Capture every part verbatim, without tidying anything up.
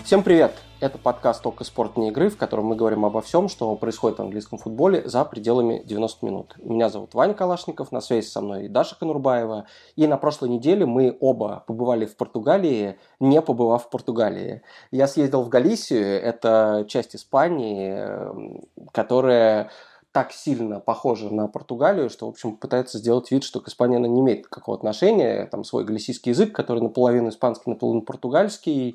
Всем привет! Это подкаст «Только спорт, не игры», в котором мы говорим обо всем, что происходит в английском футболе за пределами девяносто минут. Меня зовут Ваня Калашников, на связи со мной Даша Конурбаева. И на прошлой неделе мы оба побывали в Португалии, не побывав в Португалии. Я съездил в Галисию, это часть Испании, которая так сильно похожа на Португалию, что, в общем, пытается сделать вид, что к Испании она не имеет никакого отношения. Там свой галисийский язык, который наполовину испанский, наполовину португальский.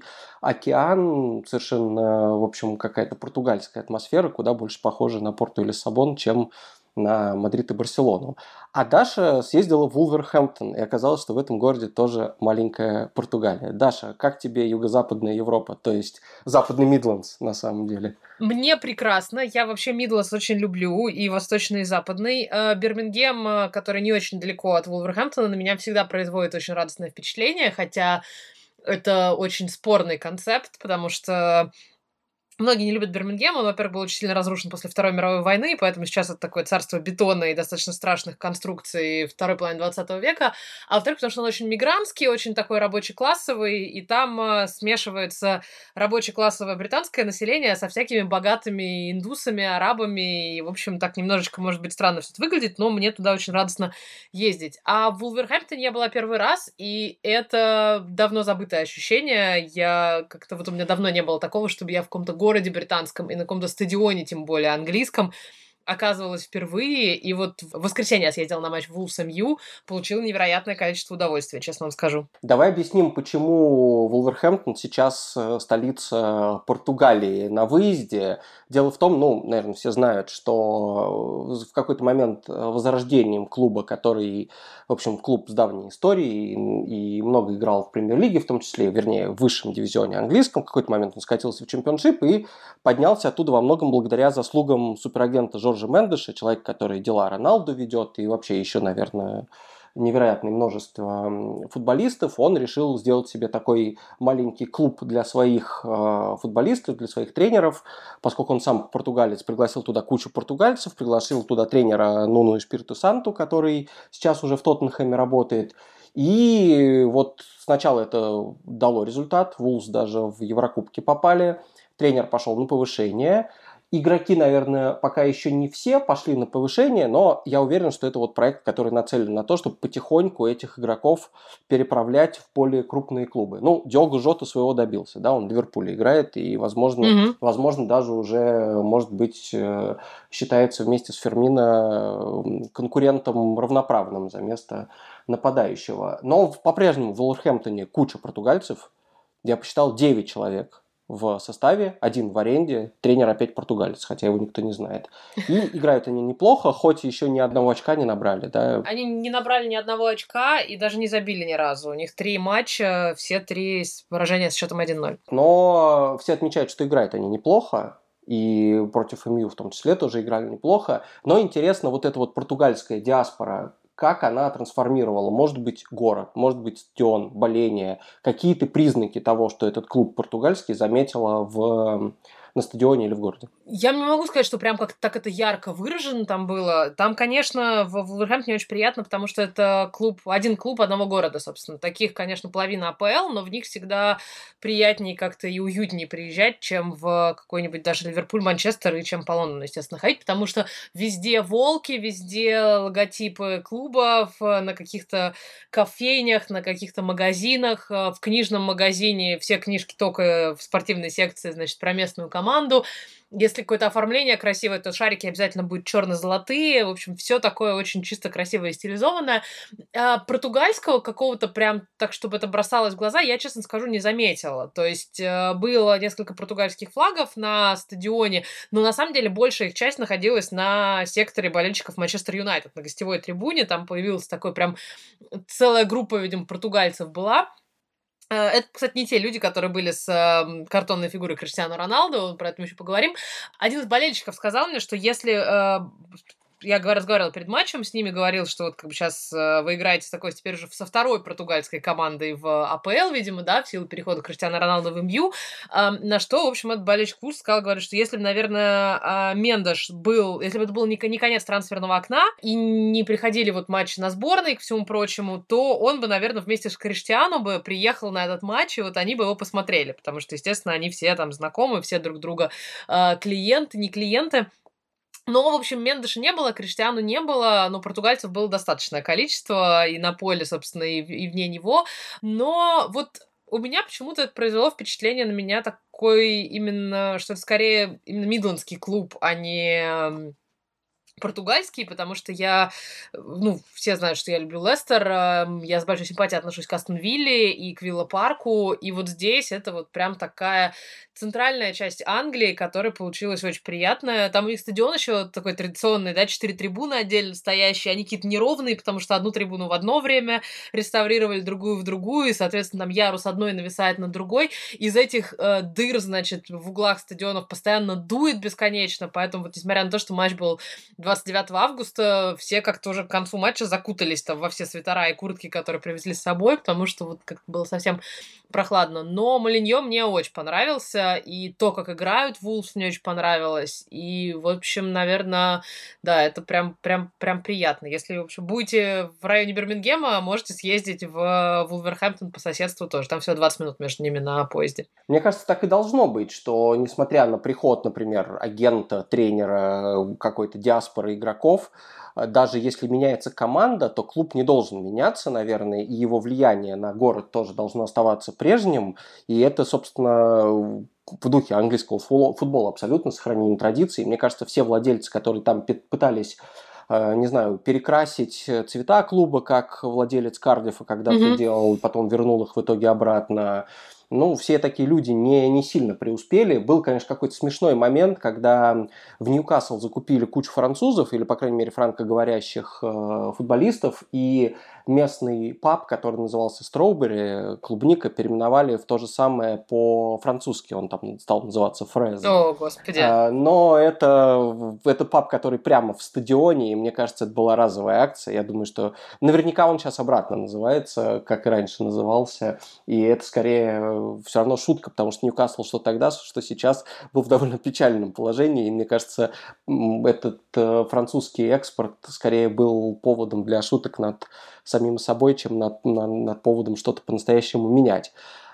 Океан, совершенно, в общем, какая-то португальская атмосфера, куда больше похожа на Порту и Лиссабон, чем на Мадрид и Барселону. А Даша съездила в Вулверхэмптон, и оказалось, что в этом городе тоже маленькая Португалия. Даша, как тебе юго-западная Европа, то есть западный Мидлендс на самом деле? Мне прекрасно. Я вообще Мидлендс очень люблю, и восточный, и западный. Бирмингем, который не очень далеко от Вулверхэмптона, на меня всегда производит очень радостное впечатление, хотя это очень спорный концепт, потому что многие не любят Бирмингем. Он, во-первых, был очень сильно разрушен после Второй мировой войны, поэтому сейчас это такое царство бетона и достаточно страшных конструкций второй половины двадцатого века. А во-вторых, потому что он очень мигрантский, очень такой рабочий-классовый, и там э, смешивается рабоче-классовое британское население со всякими богатыми индусами, арабами. И, в общем, так немножечко, может быть, странно все это выглядит, но мне туда очень радостно ездить. А в Вулверхэмптоне я была первый раз, и это давно забытое ощущение. Я как-то вот у меня давно не было такого, чтобы я в каком-то городе британском и на каком-то стадионе, тем более английском, оказывалась впервые. И вот в воскресенье я съездила на матч Вулс эм ю, получила невероятное количество удовольствия, честно вам скажу. Давай объясним, почему Вулверхэмптон сейчас столица Португалии на выезде. Дело в том, ну, наверное, все знают, что в какой-то момент возрождением клуба, который, в общем, клуб с давней историей и много играл в премьер-лиге, в том числе, вернее, в высшем дивизионе английском, в какой-то момент он скатился в чемпионшип и поднялся оттуда во многом благодаря заслугам суперагента Жоржа Мендеша, человек, который дела Роналду ведет и вообще еще, наверное, невероятное множество футболистов. Он решил сделать себе такой маленький клуб для своих э, футболистов, для своих тренеров, поскольку он сам португалец, пригласил туда кучу португальцев, пригласил туда тренера Нуну Эспириту Санту, который сейчас уже в Тоттенхэме работает. И вот сначала это дало результат, Вулс даже в Еврокубки попали, тренер пошел на повышение. Игроки, наверное, пока еще не все пошли на повышение, но я уверен, что это вот проект, который нацелен на то, чтобы потихоньку этих игроков переправлять в более крупные клубы. Ну, Диого Жота своего добился, да, он в Ливерпуле играет и, возможно, mm-hmm. возможно, даже уже, может быть, считается вместе с Фермино конкурентом равноправным за место нападающего. Но по-прежнему в Вулверхэмптоне куча португальцев, я посчитал девять человек в составе, один в аренде, тренер опять португалец, хотя его никто не знает. И играют они неплохо, хоть еще ни одного очка не набрали. Да? Они не набрали ни одного очка и даже не забили ни разу. У них три матча, все три с поражения с счетом один ноль. Но все отмечают, что играют они неплохо. И против эм ю в том числе тоже играли неплохо. Но интересно, вот эта вот португальская диаспора, как она трансформировала, может быть, город, может быть, стадион, боление, какие-то признаки того, что этот клуб португальский заметила в, на стадионе или в городе? Я не могу сказать, что прям как так это ярко выражено там было. Там, конечно, в Вулверхэмптоне очень приятно, потому что это клуб, один клуб одного города, собственно. Таких, конечно, половина а пэ эл, но в них всегда приятнее как-то и уютнее приезжать, чем в какой-нибудь даже Ливерпуль, Манчестер и чем по Лондону, естественно, ходить, потому что везде волки, везде логотипы клубов, на каких-то кофейнях, на каких-то магазинах, в книжном магазине все книжки только в спортивной секции, значит, про местную команду. Если какое-то оформление красивое, то шарики обязательно будут черно-золотые. В общем, все такое очень чисто красивое и стилизованное. А португальского какого-то прям так, чтобы это бросалось в глаза, я, честно скажу, не заметила. То есть было несколько португальских флагов на стадионе, но на самом деле большая их часть находилась на секторе болельщиков Манчестер Юнайтед, на гостевой трибуне. Там появилась такой прям целая группа, видимо, португальцев была. Это, кстати, не те люди, которые были с э, картонной фигурой Криштиану Роналду, про это мы еще поговорим. Один из болельщиков сказал мне, что если э, я разговаривала перед матчем с ними, говорил, что вот как бы сейчас вы играете с такой, теперь уже со второй португальской командой в АПЛ, видимо, да, в силу перехода Криштиану Роналду в МЮ, на что, в общем, этот болельщик Вулвс сказал, говорит, что если бы, наверное, Мендеш был, если бы это был не конец трансферного окна и не приходили вот матчи на сборной, к всему прочему, то он бы, наверное, вместе с Криштиану бы приехал на этот матч, и вот они бы его посмотрели, потому что, естественно, они все там знакомы, все друг друга э, клиенты, не клиенты. Но, в общем, Мендеша не было, Криштиану не было, но португальцев было достаточное количество и на поле, собственно, и, и вне него. Но вот у меня почему-то это произвело впечатление на меня такой именно, что это скорее именно мидлендский клуб, а не португальский, потому что я, ну, все знают, что я люблю Лестер, я с большой симпатией отношусь к Астон Вилле и к Вилла Парку, и вот здесь это вот прям такая центральная часть Англии, которая получилась очень приятная. Там у них стадион еще такой традиционный, да, четыре трибуны отдельно стоящие, они какие-то неровные, потому что одну трибуну в одно время реставрировали, другую в другую, и, соответственно, там ярус одной нависает над другой. Из этих э, дыр, значит, в углах стадионов постоянно дует бесконечно, поэтому вот несмотря на то, что матч был двадцать девятого августа, все как-то уже к концу матча закутались там во все свитера и куртки, которые привезли с собой, потому что вот как-то было совсем прохладно. Но Молиньо мне очень понравился, и то, как играют Вулвс, мне очень понравилось. И, в общем, наверное, да, это прям, прям, прям приятно. Если, в общем, будете в районе Бирмингема, можете съездить в Вулверхэмптон по соседству тоже. Там всего двадцать минут между ними на поезде. Мне кажется, так и должно быть, что, несмотря на приход, например, агента, тренера, какой-то диаспоры игроков, даже если меняется команда, то клуб не должен меняться, наверное, и его влияние на город тоже должно оставаться прежним. И это, собственно, в духе английского футбола абсолютно сохранение традиций. Мне кажется, все владельцы, которые там пытались, не знаю, перекрасить цвета клуба, как владелец Кардифа когда-то mm-hmm. делал, потом вернул их в итоге обратно. Ну, все такие люди не, не сильно преуспели. Был, конечно, какой-то смешной момент, когда в Ньюкасл закупили кучу французов, или, по крайней мере, франкоговорящих э, футболистов, и местный паб, который назывался Strawberry, клубника, переименовали в то же самое по-французски. Он там стал называться Фрез. О, господи. А, но это, это паб, который прямо в стадионе, и мне кажется, это была разовая акция. Я думаю, что наверняка он сейчас обратно называется, как и раньше назывался, и это скорее все равно шутка, потому что Ньюкасл, что тогда, что сейчас, был в довольно печальном положении, и мне кажется, этот э, французский экспорт скорее был поводом для шуток над самим собой, чем над, над, над поводом что-то по-настоящему менять.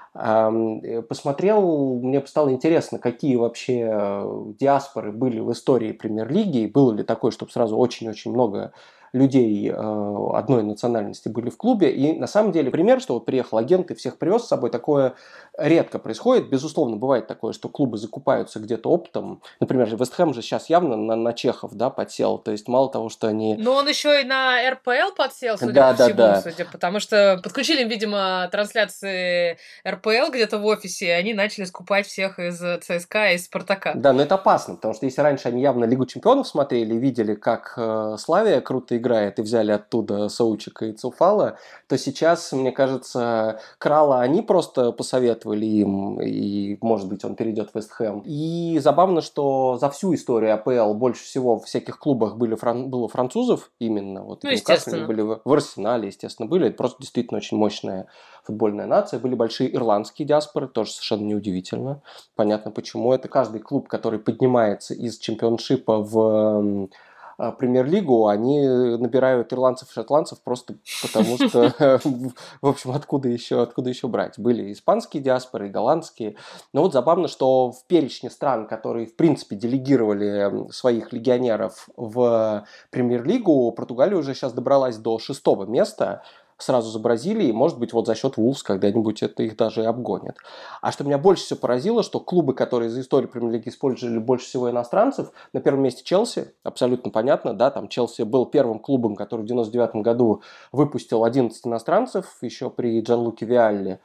Посмотрел, мне стало интересно, какие вообще диаспоры были в истории премьер-лиги, и было ли такое, чтобы сразу очень-очень много людей одной национальности были в клубе. И на самом деле пример, что вот приехал агент и всех привез с собой, такое редко происходит. Безусловно, бывает такое, что клубы закупаются где-то оптом. Например, Вест Хэм же сейчас явно на, на чехов, да, подсел. То есть мало того, что они... Но он еще и на эр пэ эл подсел, судя да, по да, всему. Да. Судя, потому что подключили, видимо, трансляции эр пэ эл где-то в офисе, и они начали скупать всех из ЦСКА и из Спартака. Да, но это опасно, потому что если раньше они явно Лигу чемпионов смотрели, видели, как э, Славия круто играет, и взяли оттуда Саучика и Цуфала, то сейчас, мне кажется, Крала они просто посоветовали им, и, может быть, он перейдет в Вест Хэм. И забавно, что за всю историю а пэ эл больше всего в всяких клубах были фран... было французов именно. Вот, ну, естественно. Были в... в Арсенале, естественно, были. Это просто действительно очень мощная футбольная нация. Были большие ирландские диаспоры, тоже совершенно неудивительно. Понятно, почему. Это каждый клуб, который поднимается из чемпионшипа в премьер-лигу, они набирают ирландцев и шотландцев просто потому, что, в общем, откуда еще, откуда еще брать? Были испанские диаспоры, и голландские. Но вот забавно, что в перечне стран, которые, в принципе, делегировали своих легионеров в премьер-лигу, Португалия уже сейчас добралась до шестого места, сразу за Бразилией, может быть, вот за счет Вулвс когда-нибудь это их даже и обгонит. А что меня больше всего поразило, что клубы, которые за историю премьер-лиги использовали больше всего иностранцев, на первом месте Челси, абсолютно понятно, да, там Челси был первым клубом, который в девяносто девятом году выпустил одиннадцать иностранцев, еще при Джанлуке Виалли.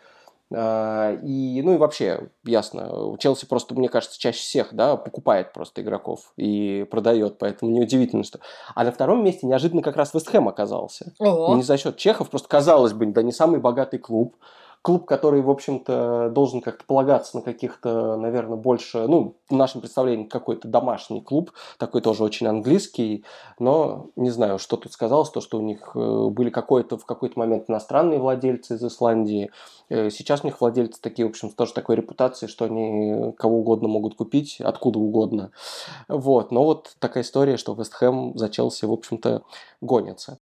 И, ну и вообще, ясно, Челси просто, мне кажется, чаще всех, да, покупает просто игроков и продает, поэтому неудивительно, что... А на втором месте неожиданно как раз Вест Хэм оказался. Ого. Не за счет чехов, просто казалось бы, да не самый богатый клуб, клуб, который, в общем-то, должен как-то полагаться на каких-то, наверное, больше, ну, в нашем представлении какой-то домашний клуб, такой тоже очень английский, но не знаю, что тут сказалось, то, что у них были какой-то, в какой-то момент иностранные владельцы из Исландии, сейчас у них владельцы такие, в общем, тоже такой репутации, что они кого угодно могут купить, откуда угодно. Вот, но вот такая история, что Вест Хэм за Челси, в общем-то, гонится.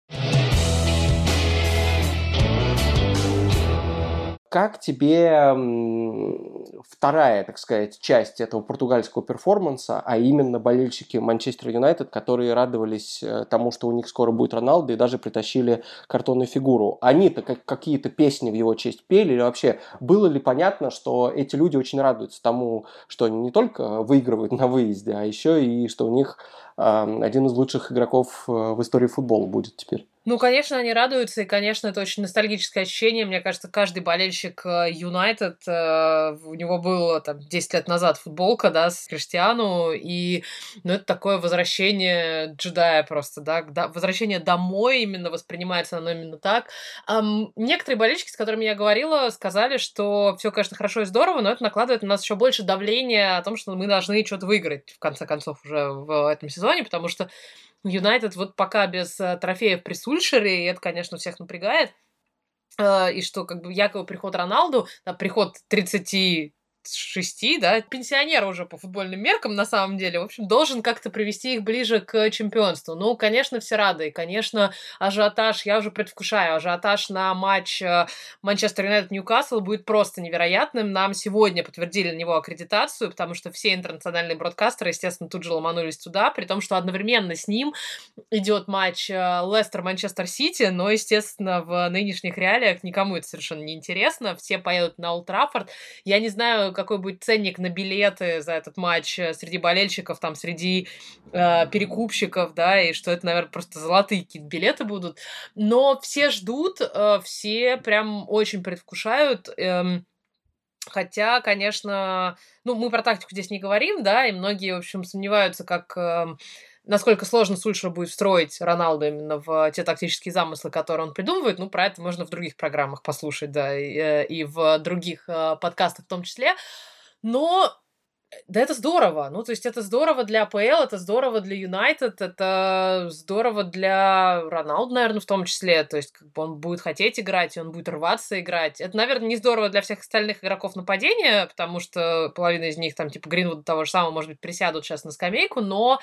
Как тебе вторая, так сказать, часть этого португальского перформанса, а именно болельщики Манчестер Юнайтед, которые радовались тому, что у них скоро будет Роналдо, и даже притащили картонную фигуру? Они-то как, какие-то песни в его честь пели, или вообще было ли понятно, что эти люди очень радуются тому, что они не только выигрывают на выезде, а еще и что у них э, один из лучших игроков в истории футбола будет теперь? Ну, конечно, они радуются, и, конечно, это очень ностальгическое ощущение. Мне кажется, каждый болельщик Юнайтед, у него было там десять лет назад футболка, да, с Криштиану, и, ну, это такое возвращение джедая просто, да, возвращение домой именно воспринимается оно именно так. Um, некоторые болельщики, с которыми я говорила, сказали, что все, конечно, хорошо и здорово, но это накладывает на нас еще больше давления о том, что мы должны что-то выиграть, в конце концов, уже в этом сезоне, потому что Юнайтед вот пока без трофеев при Сульшере, и это, конечно, всех напрягает. И что, как бы, якобы приход Роналду, да, приход тридцати шести, да, пенсионера уже по футбольным меркам, на самом деле, в общем, должен как-то привести их ближе к чемпионству. Ну, конечно, все рады, и, конечно, ажиотаж, я уже предвкушаю, ажиотаж на матч Манчестер Юнайтед-Ньюкасл будет просто невероятным. Нам сегодня подтвердили на него аккредитацию, потому что все интернациональные бродкастеры, естественно, тут же ломанулись туда, при том, что одновременно с ним идет матч Лестер-Манчестер-Сити, но, естественно, в нынешних реалиях никому это совершенно не интересно, все поедут на Олд Траффорд. Я не знаю, какой будет ценник на билеты за этот матч среди болельщиков, там, среди э, перекупщиков, да, и что это, наверное, просто золотые какие-то билеты будут. Но все ждут, э, все прям очень предвкушают. Э, хотя, конечно, ну, мы про тактику здесь не говорим, да, и многие, в общем, сомневаются, как... Э, насколько сложно Сульшеру будет встроить Роналду именно в те тактические замыслы, которые он придумывает. Ну, про это можно в других программах послушать, да, и, и в других э, подкастах в том числе. Но да, это здорово. Ну, то есть это здорово для АПЛ, это здорово для Юнайтед, это здорово для Роналду, наверное, в том числе. То есть как бы он будет хотеть играть, и он будет рваться играть. Это, наверное, не здорово для всех остальных игроков нападения, потому что половина из них, там, типа Гринвуда того же самого, может быть, присядут сейчас на скамейку, но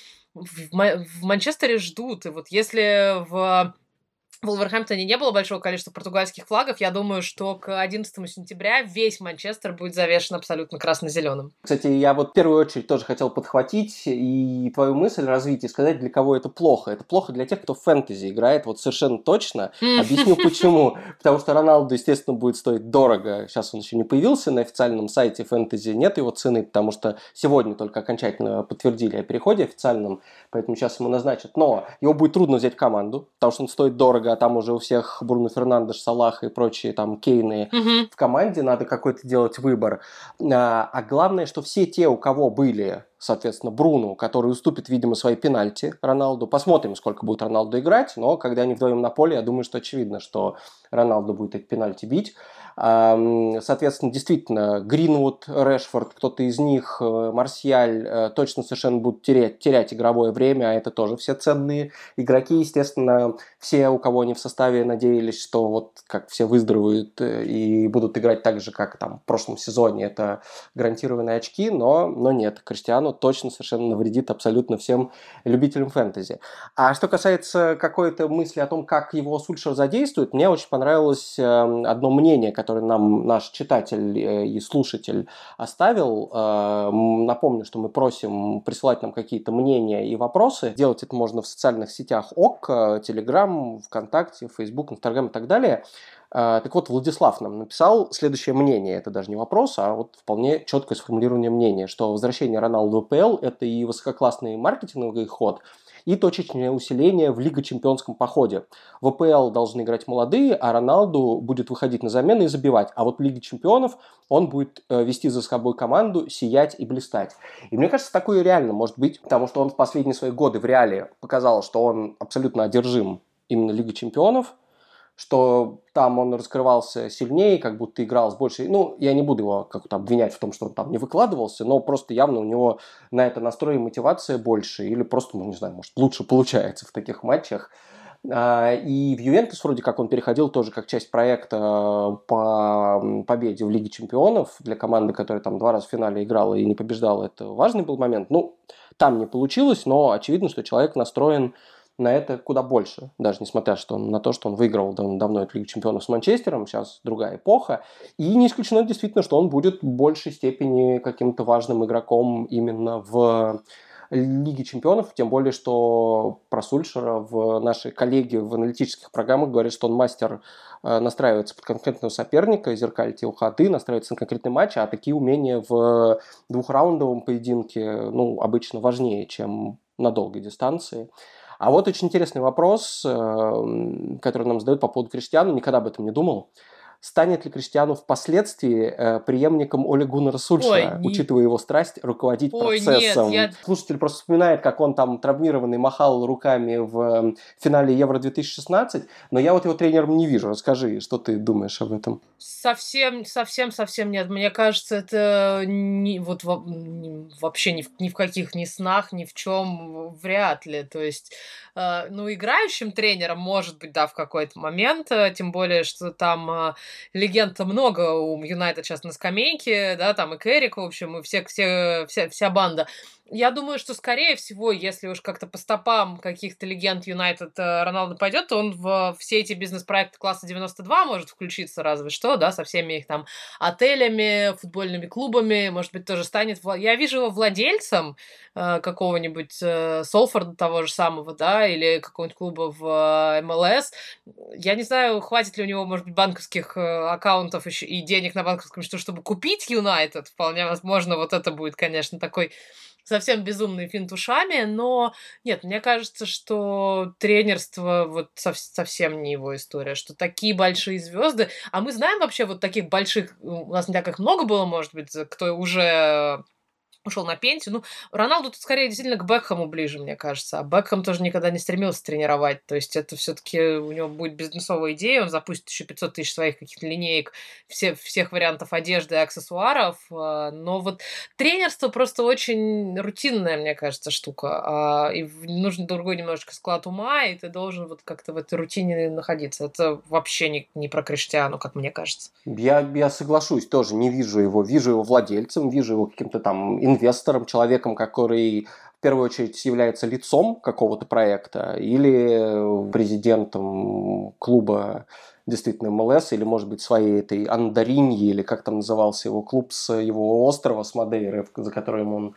в, в Манчестере ждут. И вот если в в Вулверхэмптоне не было большого количества португальских флагов, я думаю, что к одиннадцатому сентября весь Манчестер будет завешен абсолютно красно-зеленым. Кстати, я вот в первую очередь тоже хотел подхватить и твою мысль развить и сказать, для кого это плохо. Это плохо для тех, кто в фэнтези играет, вот совершенно точно. Объясню почему. Потому что Роналду, естественно, будет стоить дорого. Сейчас он еще не появился на официальном сайте фэнтези, нет его цены, потому что сегодня только окончательно подтвердили о переходе официальном, поэтому сейчас ему назначат. Но его будет трудно взять в команду, потому что он стоит дорого, а там уже у всех Бруно Фернандеш, Салах и прочие там Кейны mm-hmm. в команде, надо какой-то делать выбор. А, а главное, что все те, у кого были, соответственно, Бруно, который уступит, видимо, свои пенальти Роналду. Посмотрим, сколько будет Роналду играть, но когда они вдвоем на поле, я думаю, что очевидно, что Роналду будет эти пенальти бить. Соответственно, действительно, Гринвуд, Решфорд, кто-то из них, Марсиаль точно совершенно будут терять, терять игровое время, а это тоже все ценные игроки. Естественно, все, у кого они в составе, надеялись, что вот как все выздоровеют и будут играть так же, как там в прошлом сезоне, это гарантированные очки, но, но нет, Криштиану точно совершенно навредит абсолютно всем любителям фэнтези. А что касается какой-то мысли о том, как его Сульшер задействует, мне очень понравилось одно мнение, которое который нам наш читатель и слушатель оставил. Напомню, что мы просим присылать нам какие-то мнения и вопросы. Делать это можно в социальных сетях ОК, Телеграм, ВКонтакте, Фейсбук, Инстаграм и так далее. Так вот, Владислав нам написал следующее мнение. Это даже не вопрос, а вот вполне четкое сформулирование мнения, что возвращение Роналду в АПЛ – это и высококлассный маркетинговый ход, и точечное усиление в Лиге Чемпионском походе. В АПЛ должны играть молодые, а Роналду будет выходить на замену и забивать. А вот в Лиге Чемпионов он будет вести за собой команду, сиять и блистать. И мне кажется, такое реально может быть, потому что он в последние свои годы в Реале показал, что он абсолютно одержим именно Лигой Чемпионов. что там он раскрывался сильнее, как будто играл с большей... Ну, я не буду его как-то обвинять в том, что он там не выкладывался, но просто явно у него на это настрой и мотивация больше, или просто, ну, не знаю, может, лучше получается в таких матчах. И в Ювентус вроде как он переходил тоже как часть проекта по победе в Лиге Чемпионов для команды, которая там два раза в финале играла и не побеждала. Это важный был момент. Ну, там не получилось, но очевидно, что человек настроен на это куда больше. Даже несмотря что он, на то, что он выиграл дав- давно эту Лигу Чемпионов с Манчестером, сейчас другая эпоха. И не исключено действительно, что он будет в большей степени каким-то важным игроком именно в Лиги Чемпионов, тем более, что про Сульшера в наши коллеги в аналитических программах говорят, что он мастер э, настраиваться под конкретного соперника, зеркалить его ходы, настраиваться на конкретный матч, а такие умения в двухраундовом поединке, ну, обычно важнее, чем на долгой дистанции. А вот очень интересный вопрос, э, который нам задают по поводу Криштиану, никогда об этом не думал. Станет ли Криштиану впоследствии э, преемником Оле Гуннара Сульшера, Ой, не... учитывая его страсть руководить Ой, процессом? Нет, я... Слушатель просто вспоминает, как он там травмированный махал руками в финале Евро две тысячи шестнадцать, но я вот его тренером не вижу. Расскажи, что ты думаешь об этом? Совсем, совсем, совсем нет. Мне кажется, это не, вот, во, не, вообще ни в, ни в каких ни снах, ни в чем вряд ли. То есть, э, ну, играющим тренером, может быть, да, в какой-то момент, э, тем более, что там э, легенд много у Юнайтед сейчас на скамейке, да, там и Кэррик, в общем, и все, все, вся, вся банда. Я думаю, что, скорее всего, если уж как-то по стопам каких-то легенд Юнайтед Роналдо пойдет, то он в все эти бизнес-проекты класса девяносто два может включиться разве что, да, со всеми их там отелями, футбольными клубами, может быть, тоже станет... Я вижу его владельцем э, какого-нибудь э, Солфорда того же самого, да, или какого-нибудь клуба в эм эл эс. Я не знаю, хватит ли у него, может быть, банковских э, аккаунтов еще и денег на банковском счету, чтобы купить Юнайтед. Вполне возможно, вот это будет, конечно, такой... совсем безумный финт ушами, но нет, мне кажется, что тренерство вот сов- совсем не его история, что такие большие звезды, а мы знаем вообще вот таких больших, у нас не так их много было, может быть, кто уже ушел на пенсию. Ну, Роналду тут скорее действительно к Бекхэму ближе, мне кажется. А Бекхэм тоже никогда не стремился тренировать. То есть это все-таки у него будет бизнесовая идея, он запустит еще пятьсот тысяч своих каких-то линеек, все, всех вариантов одежды и аксессуаров. Но вот тренерство просто очень рутинная, мне кажется, штука. И нужен другой немножечко склад ума, и ты должен вот как-то в этой рутине находиться. Это вообще не, не про Криштиану, как мне кажется. Я, я соглашусь, тоже не вижу его. Вижу его владельцем, вижу его каким-то там инвестором, человеком, который в первую очередь является лицом какого-то проекта или президентом клуба действительно эм эл эс, или, может быть, своей этой Андариньи, или как там назывался его клуб с его острова, с Мадейры, за которым он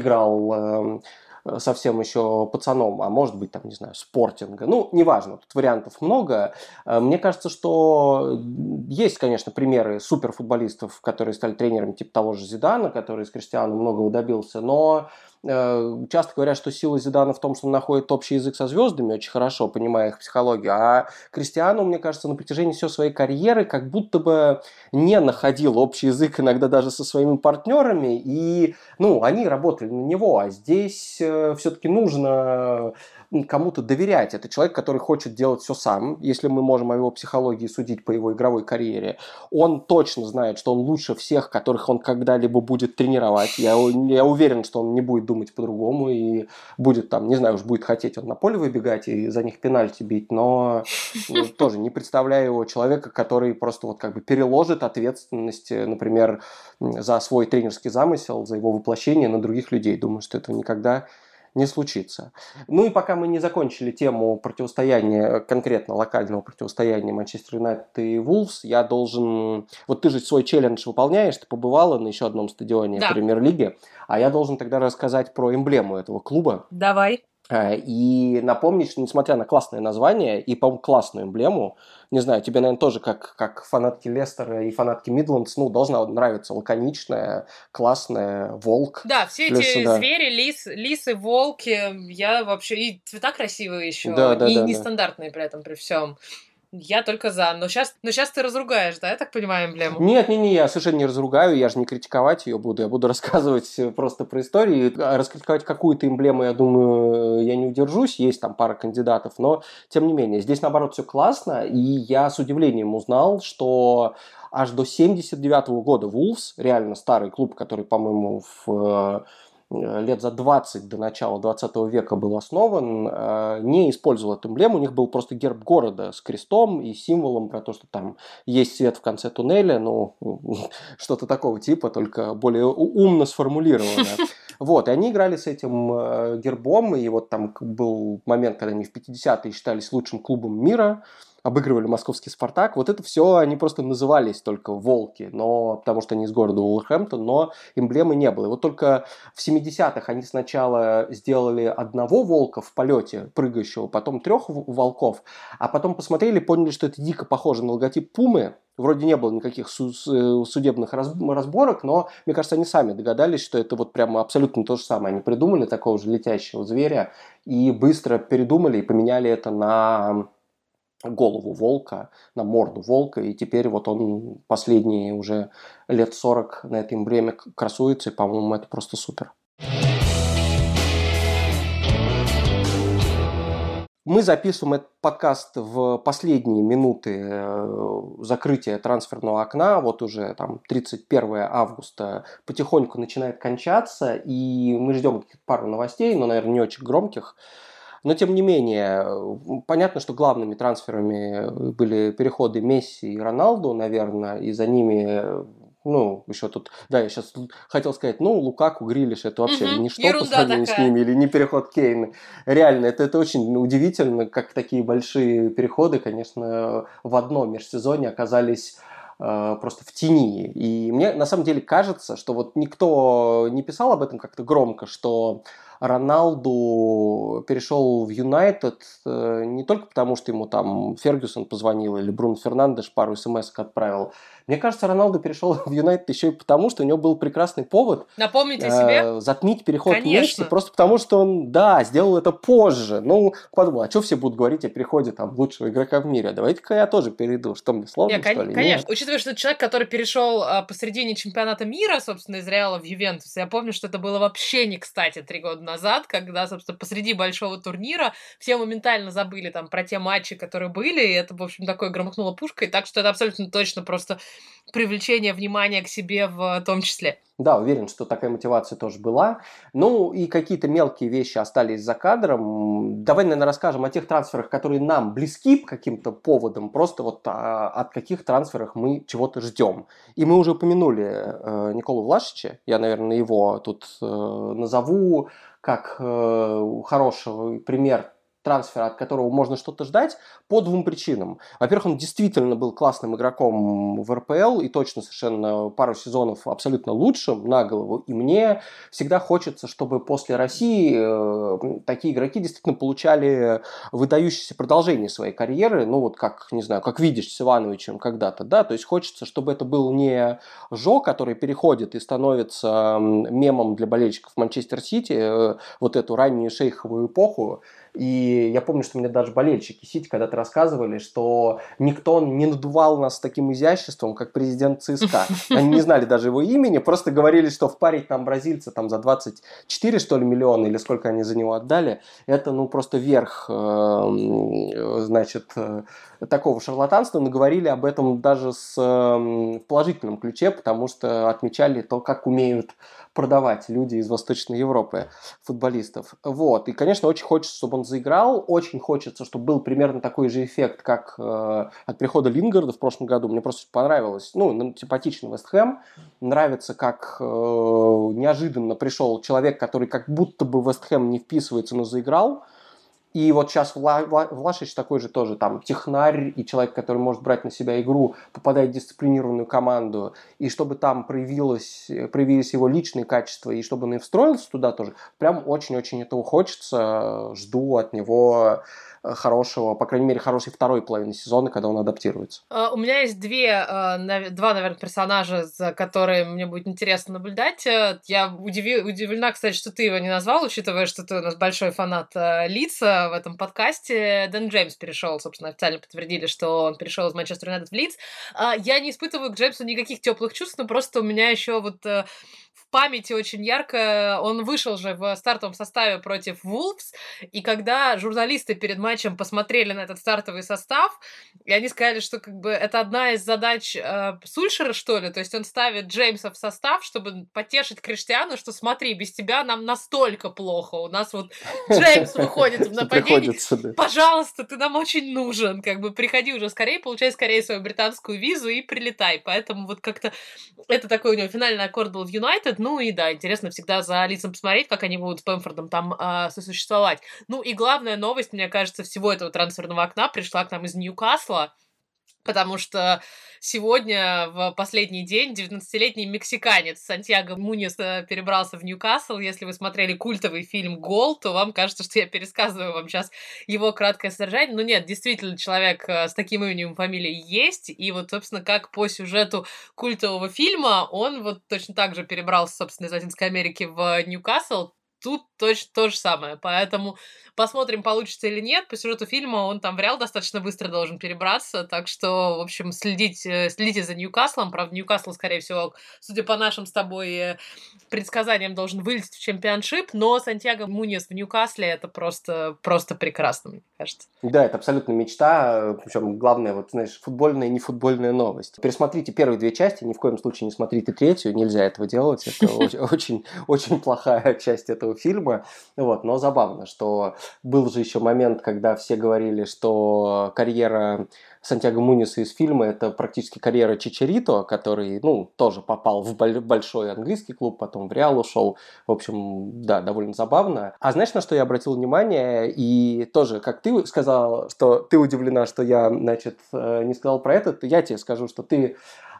играл совсем еще пацаном, а может быть, там, не знаю, Спортинга. Ну, неважно, тут вариантов много. Мне кажется, что есть, конечно, примеры суперфутболистов, которые стали тренерами типа того же Зидана, который с Криштиану многого добился, но часто говорят, что сила Зидана в том, что он находит общий язык со звездами, очень хорошо понимая их психологию, а Криштиану, мне кажется, на протяжении всей своей карьеры как будто бы не находил общий язык иногда даже со своими партнерами, и, ну, они работали на него, а здесь э, все-таки нужно кому-то доверять. Это человек, который хочет делать все сам, если мы можем о его психологии судить по его игровой карьере. Он точно знает, что он лучше всех, которых он когда-либо будет тренировать. Я, я уверен, что он не будет думать по-другому и будет там, не знаю, уж будет хотеть он на поле выбегать и за них пенальти бить, но ну, тоже не представляю его человека, который просто вот как бы переложит ответственность, например, за свой тренерский замысел, за его воплощение на других людей. Думаю, что этого никогда не случится. Ну и пока мы не закончили тему противостояния, конкретно локального противостояния Манчестер Юнайтед и Вулфс, я должен... Вот ты же свой челлендж выполняешь, ты побывала на еще одном стадионе Да. Премьер-лиги, а я должен тогда рассказать про эмблему этого клуба. Давай. И напомнить, что несмотря на классное название и, по-моему, классную эмблему, не знаю, тебе, наверное, тоже, как, как фанатки Лестера и фанатки Мидлендс, ну, должна нравиться лаконичная, классная, волк. Да, все Плюс, эти да. звери, лис, лисы, волки, я вообще... И цвета красивые еще, Да, да, и да, нестандартные да. при этом, при всем. Я только за. Но сейчас, но сейчас ты разругаешь, да, я так понимаю, эмблему? Нет, не, не, я совершенно не разругаю, я же не критиковать ее буду, я буду рассказывать просто про историю. Раскритиковать какую-то эмблему, я думаю, я не удержусь, есть там пара кандидатов, но тем не менее, здесь наоборот все классно, и я с удивлением узнал, что аж до семьдесят девятого года Wolves, реально старый клуб, который, по-моему, в лет за двадцать до начала двадцатого века был основан, не использовал эту эмблему. У них был просто герб города с крестом и символом про то, что там есть свет в конце туннеля, ну, что-то такого типа, только более умно сформулировано. Вот, и они играли с этим гербом, и вот там был момент, когда они в пятидесятые считались лучшим клубом мира, обыгрывали московский «Спартак». Вот это все, они просто назывались только «Волки», но, потому что они из города Вулверхэмптон, но эмблемы не было. И вот только в семидесятых они сначала сделали одного волка в полете, прыгающего, потом трех волков, а потом посмотрели, поняли, что это дико похоже на логотип «Пумы». Вроде не было никаких судебных разборок, но, мне кажется, они сами догадались, что это вот прямо абсолютно то же самое. Они придумали такого же летящего зверя и быстро передумали и поменяли это на голову волка, на морду волка, и теперь вот он последние уже лет сорок на этой эмблеме красуется, и, по-моему, это просто супер. Мы записываем этот подкаст в последние минуты закрытия трансферного окна, вот уже там тридцать первого августа потихоньку начинает кончаться, и мы ждем пару новостей, но, наверное, не очень громких. Но, тем не менее, понятно, что главными трансферами были переходы Месси и Роналду, наверное, и за ними, ну, еще тут, да, я сейчас хотел сказать, ну, Лукаку, Грилиш, это вообще угу, ничто по сравнению такая. С ними, или не переход Кейна. Реально, это, это очень удивительно, как такие большие переходы, конечно, в одном межсезонье оказались просто в тени. И мне на самом деле кажется, что вот никто не писал об этом как-то громко, что Роналду перешел в Юнайтед не только потому, что ему там Фергюсон позвонил или Бруно Фернандеш пару смс-ок отправил. Мне кажется, Роналду перешел в Юнайтед еще и потому, что у него был прекрасный повод напомнить о себе? Э, затмить переход Месси, просто потому что он, да, сделал это позже. Ну, подумал, а что все будут говорить о переходе там лучшего игрока в мире? Давайте-ка я тоже перейду. Что, мне сложно, Нет, что кон- ли? Конечно. Нет. Учитывая, что это человек, который перешел а, посредине чемпионата мира, собственно, из Реала в Ювентус, я помню, что это было вообще не кстати три года назад, когда, собственно, посреди большого турнира все моментально забыли там про те матчи, которые были, и это, в общем, такое громыхнуло пушкой, так что это абсолютно точно просто привлечение внимания к себе в том числе. Да, уверен, что такая мотивация тоже была. Ну, и какие-то мелкие вещи остались за кадром. Давай, наверное, расскажем о тех трансферах, которые нам близки по каким-то поводам, просто вот а, от каких трансферов мы чего-то ждем. И мы уже упомянули э, Николу Влашича, я, наверное, его тут э, назову как э, хороший пример трансфера, от которого можно что-то ждать, по двум причинам. Во-первых, он действительно был классным игроком в эр пэ эл и точно совершенно пару сезонов абсолютно лучшим на голову. И мне всегда хочется, чтобы после России э, такие игроки действительно получали выдающееся продолжение своей карьеры, ну вот как, не знаю, как видишь с Ивановичем когда-то, да, то есть хочется, чтобы это был не Жо, который переходит и становится мемом для болельщиков Манчестер Сити, э, вот эту раннюю шейховую эпоху. И я помню, что мне даже болельщики Сити когда-то рассказывали, что никто не надувал нас с таким изяществом, как президент ЦСКА. Они не знали даже его имени, просто говорили, что впарить там бразильца там, за двадцать четыре, что ли, миллиона, или сколько они за него отдали, это ну просто верх, значит, такого шарлатанства. Но говорили об этом даже с, в положительном ключе, потому что отмечали то, как умеют продавать люди из Восточной Европы футболистов. Вот. И, конечно, очень хочется, чтобы он заиграл. Очень хочется, чтобы был примерно такой же эффект, как э, от прихода Лингарда в прошлом году. Мне просто понравилось. Ну, симпатичный Вест Хэм. Нравится, как э, неожиданно пришел человек, который как будто бы в Вест Хэм не вписывается, но заиграл. И вот сейчас Вла- Вла- Влашич такой же тоже там технарь и человек, который может брать на себя игру, попадает в дисциплинированную команду, и чтобы там проявилось, проявились его личные качества, и чтобы он и встроился туда тоже, прям очень-очень этого хочется, жду от него хорошего, по крайней мере, хорошей второй половины сезона, когда он адаптируется. Uh, у меня есть две, uh, два, наверное, персонажа, за которые мне будет интересно наблюдать. Uh, я удиви, удивлена, кстати, что ты его не назвал, учитывая, что ты у нас большой фанат uh, Лидса. в этом подкасте. Дэн Джеймс перешел, собственно, официально подтвердили, что он перешел из Манчестер Юнайтед в Лидс. Я не испытываю к Джеймсу никаких теплых чувств, но просто у меня еще вот в памяти очень ярко, он вышел же в стартовом составе против Вулфс, и когда журналисты перед матчем посмотрели на этот стартовый состав, и они сказали, что как бы это одна из задач э, Сульшера, что ли, то есть он ставит Джеймса в состав, чтобы потешить Криштиану, что смотри, без тебя нам настолько плохо, у нас вот Джеймс выходит в нападение, пожалуйста, ты нам очень нужен, как бы приходи уже скорее, получай скорее свою британскую визу и прилетай, поэтому вот как-то это такой у него финальный аккорд был в Юнайтед. Ну и да, интересно всегда за Лидсом посмотреть, как они будут с Бэмфордом там э, сосуществовать. Ну и главная новость, мне кажется, всего этого трансферного окна пришла к нам из Ньюкасла, потому что сегодня, в последний день, девятнадцатилетний мексиканец Сантьяго Муньес перебрался в Ньюкасл. Если вы смотрели культовый фильм «Гол», то вам кажется, что я пересказываю вам сейчас его краткое содержание. Но нет, действительно, человек с таким именем и фамилией есть. И вот, собственно, как по сюжету культового фильма, он вот точно так же перебрался, собственно, из Латинской Америки в Ньюкасл. Тут точно то же самое. Поэтому посмотрим, получится или нет. По сюжету фильма он там в Реал достаточно быстро должен перебраться. Так что, в общем, следите, следите за Ньюкаслом. Правда, Ньюкасл, скорее всего, судя по нашим с тобой предсказаниям, должен вылететь в чемпионшип. Но Сантьяго Муньес в Ньюкасле — это просто, просто прекрасно, мне кажется. Да, это абсолютно мечта. Причем главное, вот, знаешь, футбольная и нефутбольная новость. Пересмотрите первые две части, ни в коем случае не смотрите третью. Нельзя этого делать. Это очень, очень плохая часть этого фильма, вот, но забавно, что был же еще момент, когда все говорили, что карьера Сантьяго Муньеса из фильма — это практически карьера Чичарито, который, ну, тоже попал в большой английский клуб, потом в Реал ушел, в общем, да, довольно забавно. А знаешь, на что я обратил внимание, и тоже, как ты сказал, что ты удивлена, что я, значит, не сказал про это, то я тебе скажу, что ты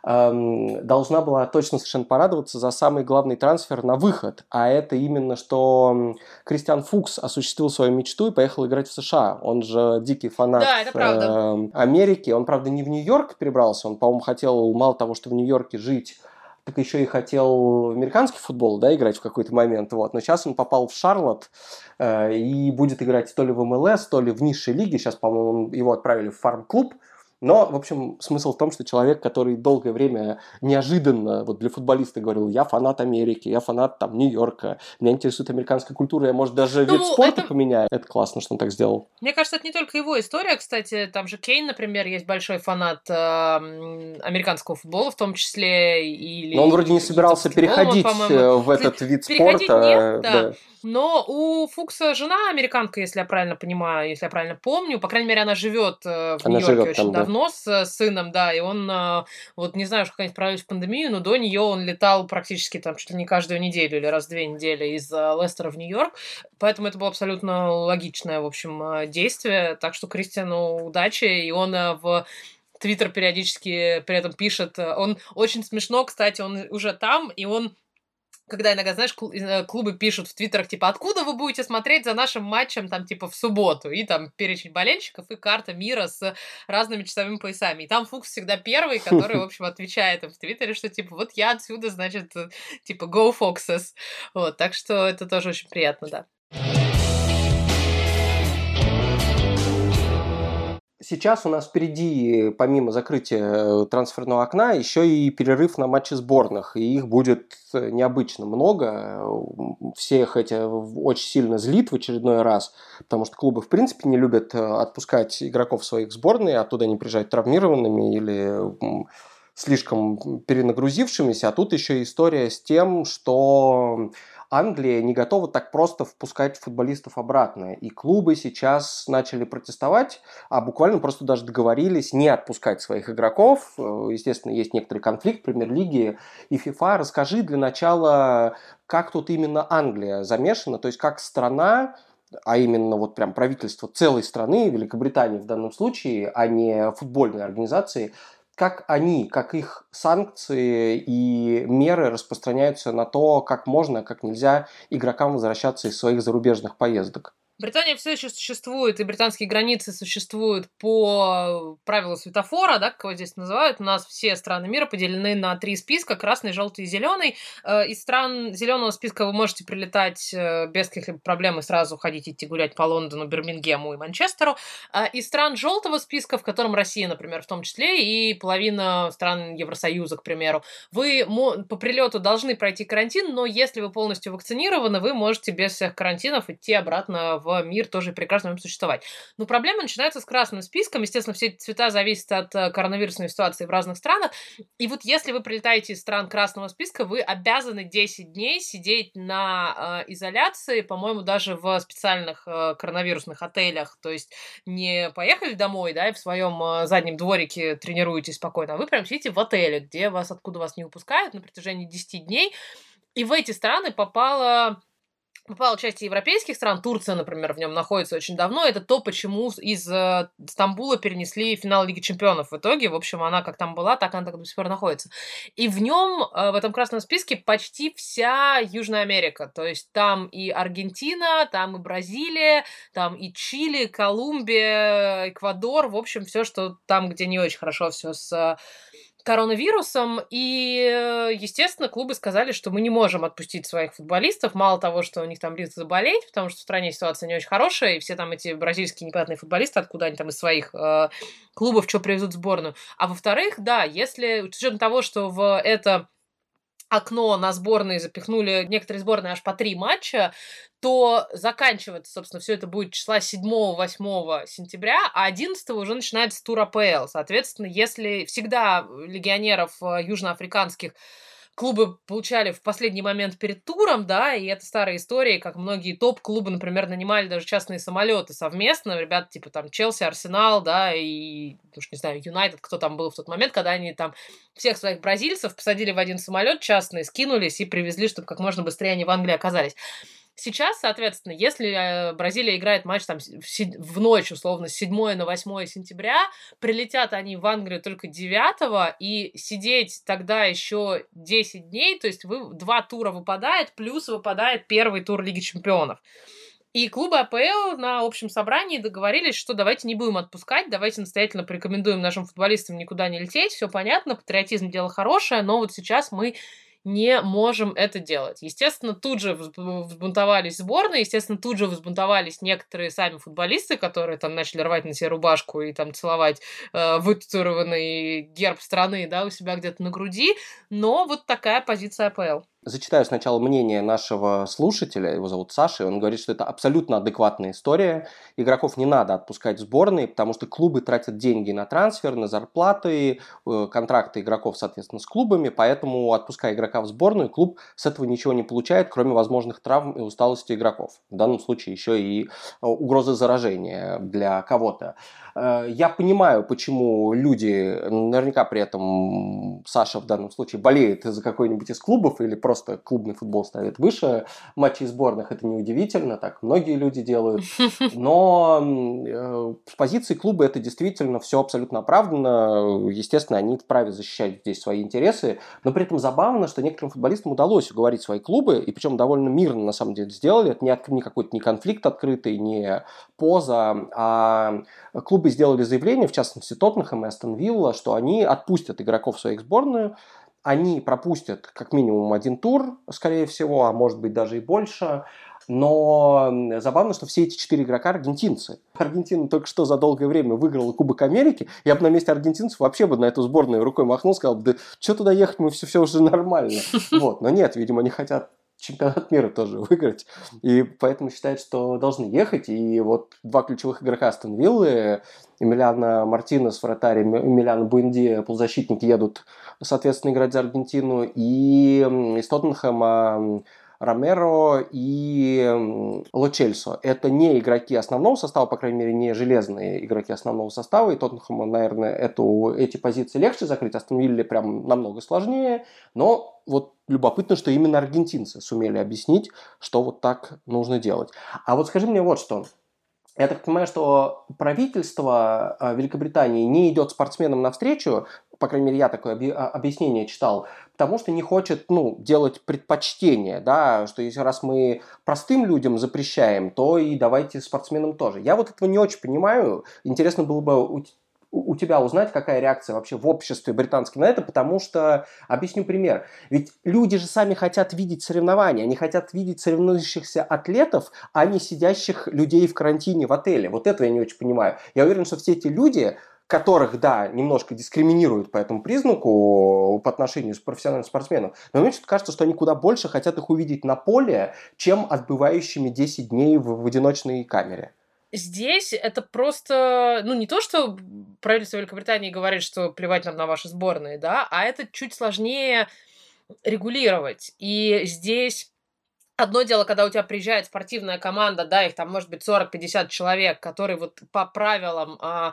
должна была точно совершенно порадоваться за самый главный трансфер на выход, а это именно, что Кристиан Фукс осуществил свою мечту и поехал играть в США. Он же дикий фанат да, это правда. э, Америки. Он, правда, не в Нью-Йорк перебрался, он, по-моему, хотел мало того, что в Нью-Йорке жить, так еще и хотел в американский футбол, да, играть в какой-то момент. Вот. Но сейчас он попал в Шарлотт э, и будет играть то ли в эм эл эс, то ли в низшей лиге. Сейчас, по-моему, его отправили в фарм-клуб. Но, в общем, смысл в том, что человек, который долгое время неожиданно, вот для футболиста говорил, я фанат Америки, я фанат там Нью-Йорка, меня интересует американская культура, я, может, даже ну, вид спорта это... поменяю. Это классно, что он так сделал. Мне кажется, это не только его история, кстати, там же Кейн, например, есть большой фанат э, американского футбола, в том числе. Или... Но он вроде не собирался переходить он, в этот вид переходить спорта. Нет, да. Да. Но у Фукса жена американка, если я правильно понимаю, если я правильно помню. По крайней мере, она живет в она Нью-Йорке очень там, давно да. с сыном, да, и он, вот не знаю, как они справились в пандемию, но до нее он летал практически там чуть ли не каждую неделю или раз в две недели из Лестера в Нью-Йорк. Поэтому это было абсолютно логичное, в общем, действие. Так что Кристиану удачи, и он в Твиттер периодически при этом пишет. Он очень смешно, кстати, он уже там, и он когда иногда, знаешь, клубы пишут в твиттерах, типа, откуда вы будете смотреть за нашим матчем, там, типа, в субботу, и там перечень болельщиков и карта мира с разными часовыми поясами. И там Фукс всегда первый, который, в общем, отвечает им в твиттере, что, типа, вот я отсюда, значит, типа, go Foxes. Вот, так что это тоже очень приятно, да. Сейчас у нас впереди, помимо закрытия трансферного окна, еще и перерыв на матчи сборных. И их будет необычно много. Всех эти очень сильно злит в очередной раз, потому что клубы, в принципе, не любят отпускать игроков своих сборной, оттуда они приезжают травмированными или слишком перенагрузившимися. А тут еще история с тем, что Англия не готова так просто впускать футболистов обратно. И клубы сейчас начали протестовать, а буквально просто даже договорились не отпускать своих игроков. Естественно, есть некоторый конфликт в Премьер-лиге и ФИФА. Расскажи для начала, как тут именно Англия замешана, то есть как страна, а именно вот прям правительство целой страны, Великобритании в данном случае, а не футбольной организации, как они, как их санкции и меры распространяются на то, как можно, как нельзя игрокам возвращаться из своих зарубежных поездок? Британия все еще существует, и британские границы существуют по правилу светофора, да, как его здесь называют. У нас все страны мира поделены на три списка: красный, желтый и зеленый. Из стран зеленого списка вы можете прилетать без каких-либо проблем и сразу ходить, идти гулять по Лондону, Бирмингему и Манчестеру. Из стран желтого списка, в котором Россия, например, в том числе, и половина стран Евросоюза, к примеру, вы по прилету должны пройти карантин, но если вы полностью вакцинированы, вы можете без всех карантинов идти обратно в мир, тоже прекрасно им существовать. Но проблема начинается с красным списком. Естественно, все эти цвета зависят от коронавирусной ситуации в разных странах. И вот если вы прилетаете из стран красного списка, вы обязаны десять дней сидеть на э, изоляции, по-моему, даже в специальных э, коронавирусных отелях. То есть не поехали домой, да, и в своем э, заднем дворике тренируетесь спокойно, а вы прям сидите в отеле, где вас откуда вас не выпускают на протяжении десяти дней. И в эти страны попала... Попала часть европейских стран, Турция, например, в нем находится очень давно. Это то, почему из э, Стамбула перенесли финал Лиги Чемпионов в итоге. В общем, она как там была, так она так до сих пор находится. И в нем, э, в этом красном списке, почти вся Южная Америка. То есть там и Аргентина, там и Бразилия, там и Чили, Колумбия, Эквадор. В общем, все, что там, где не очень хорошо все с... коронавирусом, и, естественно, клубы сказали, что мы не можем отпустить своих футболистов, мало того, что у них там риск заболеть, потому что в стране ситуация не очень хорошая, и все там эти бразильские непонятные футболисты, откуда они там из своих э, клубов что привезут в сборную. А во-вторых, да, если, с учетом того, что в это окно на сборные запихнули некоторые сборные аж по три матча, то заканчивается, собственно, все это будет числа седьмого-восьмого сентября, а одиннадцатого уже начинается тур АПЛ. Соответственно, если всегда легионеров южноафриканских клубы получали в последний момент перед туром, да, и это старая история, как многие топ-клубы, например, нанимали даже частные самолеты совместно, ребята типа там Челси, Арсенал, да, и, уж не знаю, Юнайтед, кто там был в тот момент, когда они там всех своих бразильцев посадили в один самолет частный, скинулись и привезли, чтобы как можно быстрее они в Англии оказались. Сейчас, соответственно, если Бразилия играет матч там в ночь, условно, с седьмого на восьмое сентября, прилетят они в Англию только девятого, и сидеть тогда еще десять дней, то есть вы, два тура выпадает, плюс выпадает первый тур Лиги Чемпионов. И клубы АПЛ на общем собрании договорились, что давайте не будем отпускать, давайте настоятельно порекомендуем нашим футболистам никуда не лететь, все понятно, патриотизм дело хорошее, но вот сейчас мы не можем это делать. Естественно, тут же взбунтовались сборные, естественно, тут же взбунтовались некоторые сами футболисты, которые там начали рвать на себе рубашку и там целовать э, вытатуированный герб страны, да, у себя где-то на груди, но вот такая позиция АПЛ. Зачитаю сначала мнение нашего слушателя, его зовут Саша, и он говорит, что это абсолютно адекватная история. Игроков не надо отпускать в сборные, потому что клубы тратят деньги на трансфер, на зарплаты, контракты игроков, соответственно, с клубами, поэтому, отпуская игрока в сборную, клуб с этого ничего не получает, кроме возможных травм и усталости игроков. В данном случае еще и угрозы заражения для кого-то. Я понимаю, почему люди, наверняка при этом Саша в данном случае болеет за какой-нибудь из клубов или просто клубный футбол ставит выше матчей сборных, это неудивительно, так многие люди делают, но с позиции клуба это действительно все абсолютно оправдано, естественно, они вправе защищать здесь свои интересы, но при этом забавно, что некоторым футболистам удалось уговорить свои клубы, и причем довольно мирно на самом деле сделали, это не, от, не какой-то не конфликт открытый, не поза, а клубы сделали заявление, в частности Тоттенхэм и Астон Вилла, что они отпустят игроков в своих сборную, они пропустят как минимум один тур, скорее всего, а может быть даже и больше. Но забавно, что все эти четыре игрока аргентинцы. Аргентина только что за долгое время выиграла Кубок Америки. Я бы на месте аргентинцев вообще бы на эту сборную рукой махнул, сказал, да что туда ехать, мы все, все уже нормально. Вот. Но нет, видимо, они хотят чемпионат мира тоже выиграть. И поэтому считают, что должны ехать. И вот два ключевых игрока Астон Виллы, Эмилиано Мартинес, вратарь, Эмилиано Буэндия, полузащитник, едут, соответственно, играть за Аргентину. И из Тоттенхэма Ромеро и Ло Чельсо. Это не игроки основного состава, по крайней мере, не железные игроки основного состава. И Тоттенхэму, наверное, эту, эти позиции легче закрыть. Астон Вилле прям намного сложнее. Но вот любопытно, что именно аргентинцы сумели объяснить, что вот так нужно делать. А вот скажи мне вот что. Я так понимаю, что правительство Великобритании не идет спортсменам навстречу, по крайней мере, я такое оби- объяснение читал, потому что не хочет, ну, делать предпочтение, да, что если раз мы простым людям запрещаем, то и давайте спортсменам тоже. Я вот этого не очень понимаю. Интересно было бы у, у тебя узнать, какая реакция вообще в обществе британском на это, потому что, объясню пример, ведь люди же сами хотят видеть соревнования, они хотят видеть соревнующихся атлетов, а не сидящих людей в карантине в отеле. Вот это я не очень понимаю. Я уверен, что все эти люди, которых, да, немножко дискриминируют по этому признаку по отношению с профессиональным спортсменом, но мне кажется, что они куда больше хотят их увидеть на поле, чем отбывающими десять дней в, в одиночной камере. Здесь это просто, ну, не то, что правительство Великобритании говорит, что плевать нам на ваши сборные, да, а это чуть сложнее регулировать. И здесь одно дело, когда у тебя приезжает спортивная команда, да, их там может быть сорок-пятьдесят человек, которые вот по правилам а,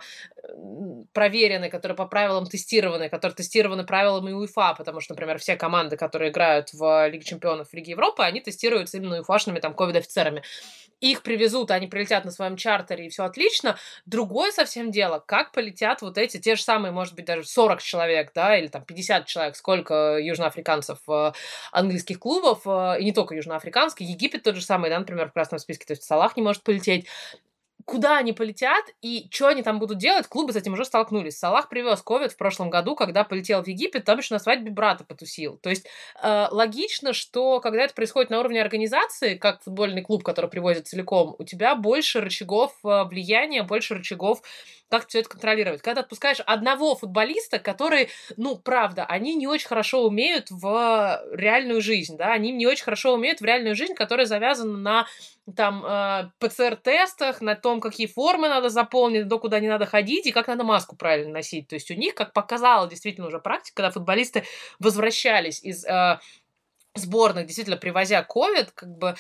проверены, которые по правилам тестированы, которые тестированы правилами УЕФА, потому что, например, все команды, которые играют в Лиге Чемпионов, в Лиге Европы, они тестируются именно УЕФАшными там ковид-офицерами. Их привезут, они прилетят на своем чартере, и все отлично. Другое совсем дело, как полетят вот эти, те же самые, может быть, даже сорок человек, да, или там пятьдесят человек, сколько южноафриканцев э, английских клубов, э, и не только южноафриканских, Египет тот же самый, да, например, в красном списке, то есть Салах не может полететь. Куда они полетят и что они там будут делать, клубы с этим уже столкнулись. Салах привез ковид в прошлом году, когда полетел в Египет, там еще на свадьбе брата потусил. То есть э, логично, что когда это происходит на уровне организации, как футбольный клуб, который привозит целиком, у тебя больше рычагов э, влияния, больше рычагов, как все это контролировать. Когда ты отпускаешь одного футболиста, который, ну, правда, они не очень хорошо умеют в реальную жизнь, да, они не очень хорошо умеют в реальную жизнь, которая завязана на там э, ПЦР-тестах, на том, какие формы надо заполнить, до куда не надо ходить и как надо маску правильно носить. То есть у них, как показала действительно уже практика, когда футболисты возвращались из э, сборных, действительно привозя ковид, как бы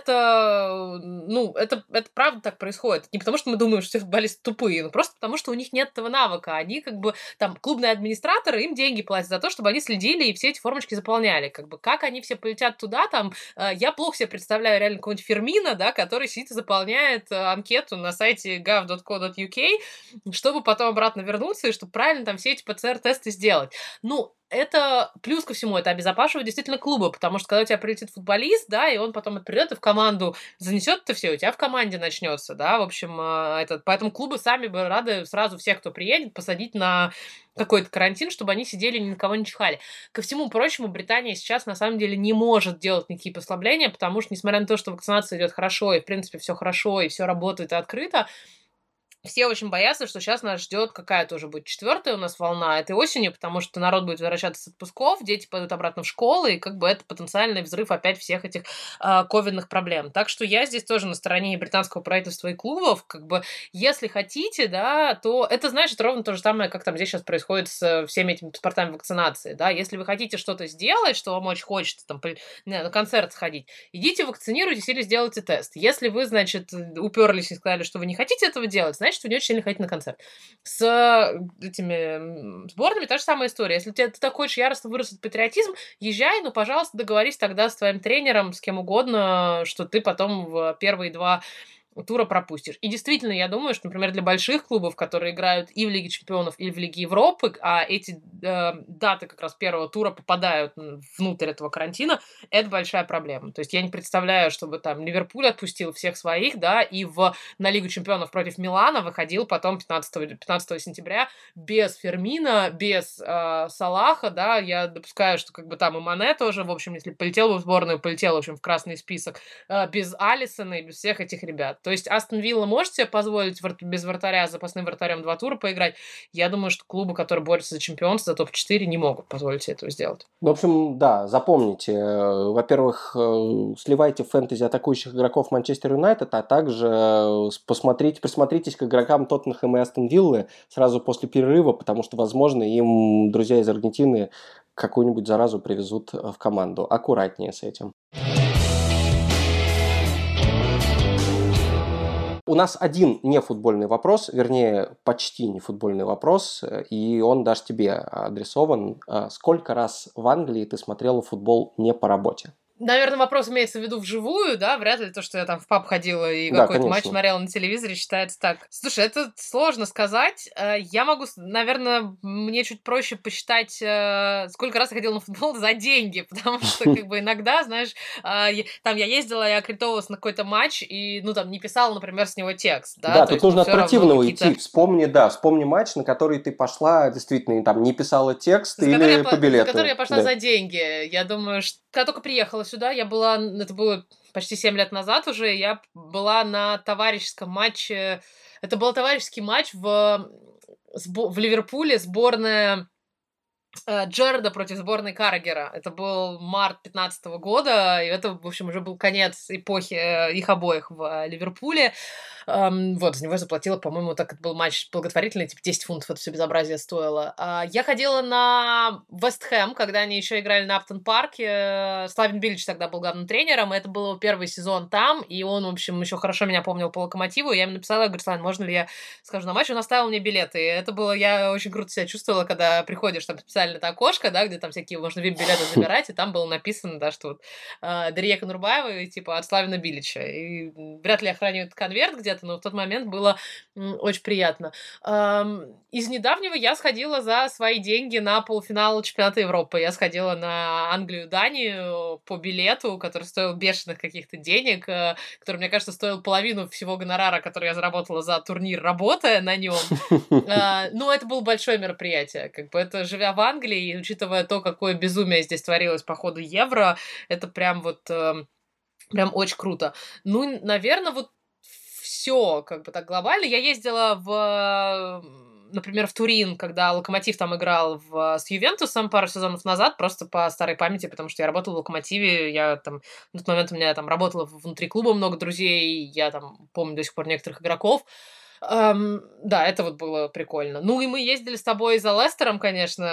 это, ну, это, это правда так происходит. Не потому, что мы думаем, что все футболисты тупые, но просто потому, что у них нет этого навыка. Они как бы, там, клубные администраторы, им деньги платят за то, чтобы они следили и все эти формочки заполняли. Как бы, как они все полетят туда, там, э, я плохо себе представляю реально какого-нибудь Фермина, да, который сидит и заполняет э, анкету на сайте gov dot co dot uk, чтобы потом обратно вернуться и чтобы правильно там все эти ПЦР-тесты сделать. Ну, это, плюс ко всему, это обезопашивает действительно клубы, потому что когда у тебя прилетит футболист, да, и он потом придет и в команду занесет это все, у тебя в команде начнется, да, в общем, этот, поэтому клубы сами бы рады сразу всех, кто приедет, посадить на какой-то карантин, чтобы они сидели и ни на кого не чихали. Ко всему прочему, Британия сейчас на самом деле не может делать никакие послабления, потому что, несмотря на то, что вакцинация идет хорошо, и, в принципе, все хорошо, и все работает и открыто, все очень боятся, что сейчас нас ждет какая-то уже будет четвертая у нас волна этой осенью, потому что народ будет возвращаться с отпусков, дети пойдут обратно в школы, и как бы это потенциальный взрыв опять всех этих э, ковидных проблем. Так что я здесь тоже на стороне британского правительства и клубов. Как бы, если хотите, да, то это, значит, ровно то же самое, как там здесь сейчас происходит с всеми этими паспортами вакцинации, да. Если вы хотите что-то сделать, что вам очень хочется, там, не, на концерт сходить, идите вакцинируйтесь или сделайте тест. Если вы, значит, уперлись и сказали, что вы не хотите этого делать, значит, что не очень сильно ходить на концерт. С этими сборными та же самая история. Если ты, ты так хочешь яростно вырастет патриотизм, езжай, ну, пожалуйста, договорись тогда с твоим тренером, с кем угодно, что ты потом в первые два тура пропустишь. И действительно, я думаю, что, например, для больших клубов, которые играют и в Лиге Чемпионов, и в Лиге Европы, а эти э, даты как раз первого тура попадают внутрь этого карантина, это большая проблема. То есть я не представляю, чтобы там Ливерпуль отпустил всех своих, да, и в, на Лигу Чемпионов против Милана выходил потом пятнадцатого сентября без Фермина, без э, Салаха, да, я допускаю, что как бы там и Мане тоже, в общем, если полетел бы в сборную, полетел, в общем, в красный список, э, без Алисона и без всех этих ребят. То есть Астон Вилла может себе позволить без вратаря, запасным вратарем два тура поиграть. Я думаю, что клубы, которые борются за чемпионство, за топ четыре, не могут позволить себе этого сделать. Ну, в общем, да, запомните. Во-первых, сливайте в фэнтези атакующих игроков Манчестер Юнайтед, а также посмотрите, присмотритесь к игрокам Тоттенхэма и Астон Виллы сразу после перерыва, потому что, возможно, им друзья из Аргентины какую-нибудь заразу привезут в команду. Аккуратнее с этим. У нас один нефутбольный вопрос, вернее, почти нефутбольный вопрос, и он даже тебе адресован. Сколько раз в Англии ты смотрела футбол не по работе? Наверное, вопрос имеется в виду вживую, да? Вряд ли то, что я там в паб ходила и Да, какой-то конечно. матч смотрела на телевизоре, считается так. Слушай, это сложно сказать. Э, Я могу, с- наверное, мне чуть проще посчитать, э, сколько раз я ходила на футбол за деньги, потому что, как бы, иногда, знаешь, а, я- там я ездила, я аккредитовалась на какой-то матч и, ну, там, не писала, например, с него текст, да? Да, То тут есть, ну, нужно от все равно противного идти. какие-то... Вспомни, да, вспомни матч, на который ты пошла, действительно, и там не писала текст За который, я, или по по- за который я билету. пошла Да. за деньги. Я думаю, что... Когда только приехала сюда, я была... Это было почти семь лет назад уже. Я была на товарищеском матче. Это был товарищеский матч в, сбо- в Ливерпуле. Сборная э, Джерарда против сборной Каррагера. Это был март пятнадцатого года, и это, в общем, уже был конец эпохи э, их обоих в э, Ливерпуле. Эм, вот, за него я заплатила, по-моему, так это был матч благотворительный, типа десять фунтов это все безобразие стоило. А, я ходила на Вест Хэм, когда они еще играли на Аптон-парке. Славин Билич тогда был главным тренером, и это был его первый сезон там, и он, в общем, еще хорошо меня помнил по Локомотиву. Я ему написала, я говорю, Славин, можно ли я схожу на матч? Он оставил мне билеты, и это было, я очень круто себя чувствовала, когда приходишь, там специально это окошко, да, где там всякие можно вип-билеты забирать, и там было написано, да, что вот э, Дарья Конурбаева, и, типа, от Славина Билича. И вряд ли я храню этот конверт где-то, но в тот момент было м, очень приятно. Эм, из недавнего я сходила за свои деньги на полуфинал чемпионата Европы. Я сходила на Англию-Данию по билету, который стоил бешеных каких-то денег, э, который, мне кажется, стоил половину всего гонорара, который я заработала за турнир, работая на нем. А, ну, это было большое мероприятие. Как бы это, живя в Англии, и учитывая то, какое безумие здесь творилось по ходу Евро, это прям вот эм, прям очень круто. Ну, наверное, вот все как бы так глобально. Я ездила в, м, например, в Турин, когда Локомотив там играл в, с Ювентусом пару сезонов назад, просто по старой памяти, потому что я работала в Локомотиве, я там, на тот момент у меня там работало внутри клуба много друзей, я там помню до сих пор некоторых игроков. Ам, да, это вот было прикольно. Ну и мы ездили с тобой за Лестером, конечно,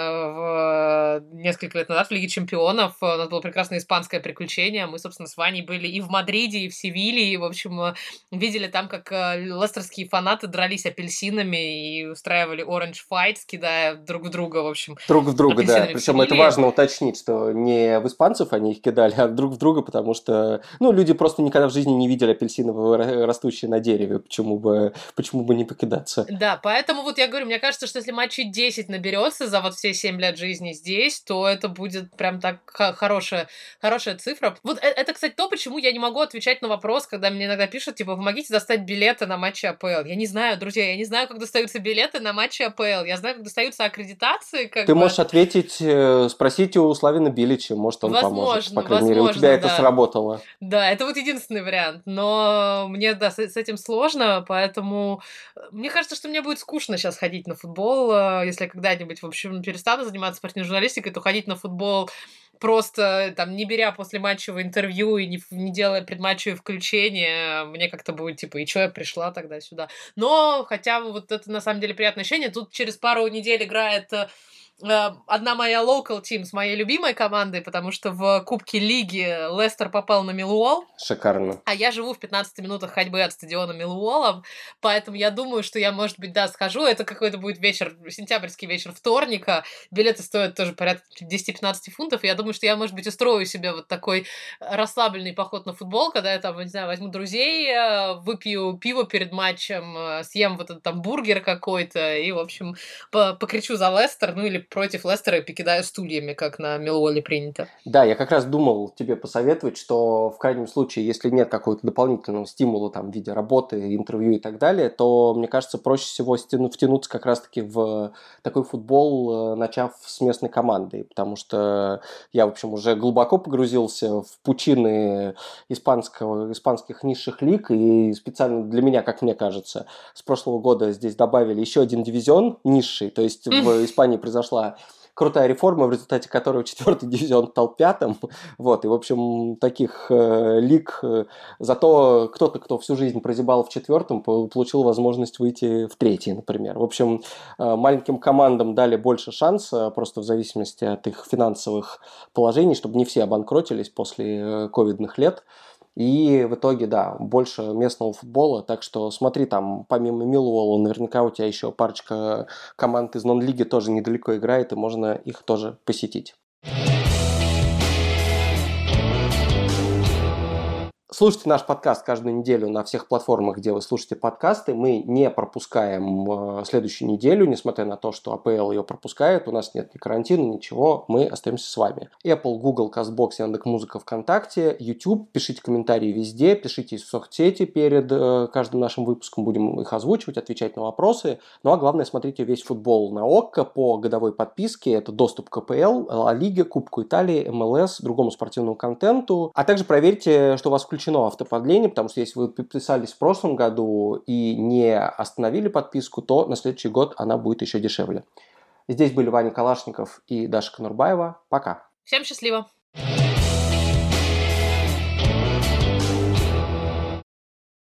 в, э, несколько лет назад в Лиге Чемпионов. У нас было прекрасное испанское приключение. Мы, собственно, с Ваней были и в Мадриде, и в Севилье. И, в общем, э, видели там, как э, лестерские фанаты дрались апельсинами и устраивали orange fights, кидая друг в друга, в общем, Друг в друга, да. апельсинами в Причем это Севилье. важно уточнить, что не в испанцев они их кидали, а друг в друга, потому что, ну, люди просто никогда в жизни не видели апельсиновые ра- растущие на дереве. Почему бы, почему бы не покидаться? Да, поэтому вот я говорю, мне кажется, что если матчей десять наберется за вот все семь лет жизни здесь, то это будет прям так х- хорошая, хорошая цифра. Вот э- это, кстати, то, почему я не могу отвечать на вопрос, когда мне иногда пишут, типа, помогите достать билеты на матчи АПЛ. Я не знаю, друзья, я не знаю, как достаются билеты на матчи АПЛ. Я знаю, как достаются аккредитации, как Ты бы. можешь ответить, э, спросить у Славина Билича, может, он поможет, по Возможно, крайней мере, у тебя возможно, это да. сработало. Да, это вот единственный вариант, но мне, да, с, с этим сложно, поэтому э, мне кажется, что мне будет скучно сейчас ходить на футбол, э, если я когда-нибудь, в общем, перестану заниматься спортивной журналистикой, то ходить на футбол просто, там, не беря после матчевого интервью и не, ф- не делая предматчевые включения, мне как-то будет, типа, и чё я пришла тогда сюда. Но, хотя бы вот это, на самом деле, приятное ощущение, тут через пару недель играет э, э, одна моя local team с моей любимой командой, потому что в Кубке Лиги Лестер попал на Миллуол, Шикарно. а я живу в пятнадцати минутах ходьбы от стадиона Миллуола, поэтому я думаю, что я, может быть, да, схожу. Это какой-то будет вечер, сентябрьский вечер вторника. Билеты стоят тоже порядка десять-пятнадцать фунтов. И я думаю, что я, может быть, устрою себе вот такой расслабленный поход на футбол, когда я там, не знаю, возьму друзей, э, выпью пиво перед матчем, э, съем вот этот там бургер какой-то и, в общем, по- покричу за Лестер, ну или против Лестера и покидаю стульями, как на Миллуоле принято. Да, я как раз думал тебе посоветовать, что в крайнем случае, если нет какого-то дополнительного стимула там, в виде работы, интервью и так далее, то, мне кажется, проще всего стяну- втянуться как раз-таки в такой футбол, э, начав с местной командой, потому что я, в общем, уже глубоко погрузился в пучины испанского, испанских низших лиг, и специально для меня, как мне кажется, с прошлого года здесь добавили еще один дивизион низший, то есть в Испании произошла крутая реформа, в результате которой четвертый дивизион стал пятым. Вот, и, в общем, таких э, лиг. Э, зато кто-то, кто всю жизнь прозябал в четвертом, по- получил возможность выйти в третий, например. В общем, э, маленьким командам дали больше шанса, просто в зависимости от их финансовых положений, чтобы не все обанкротились после э, ковидных лет. И в итоге, да, больше местного футбола. Так что смотри, там помимо Миллуола, наверняка у тебя еще парочка команд из нон-лиги тоже недалеко играет, и можно их тоже посетить. Слушайте наш подкаст каждую неделю на всех платформах, где вы слушаете подкасты. Мы не пропускаем э, следующую неделю, несмотря на то, что АПЛ ее пропускает. У нас нет ни карантина, ничего. Мы остаемся с вами. Apple, Google, CastBox, Яндекс.Музыка, ВКонтакте, YouTube. Пишите комментарии везде, пишите в соцсети перед э, каждым нашим выпуском. Будем их озвучивать, отвечать на вопросы. Ну а главное, смотрите весь футбол на ОККО по годовой подписке. Это доступ к АПЛ, Ла Лиге, Кубку Италии, МЛС, другому спортивному контенту. А также проверьте, что у вас включено автопродление, потому что если вы подписались в прошлом году и не остановили подписку, то на следующий год она будет еще дешевле. Здесь были Ваня Калашников и Даша Конурбаева. Пока. Всем счастливо!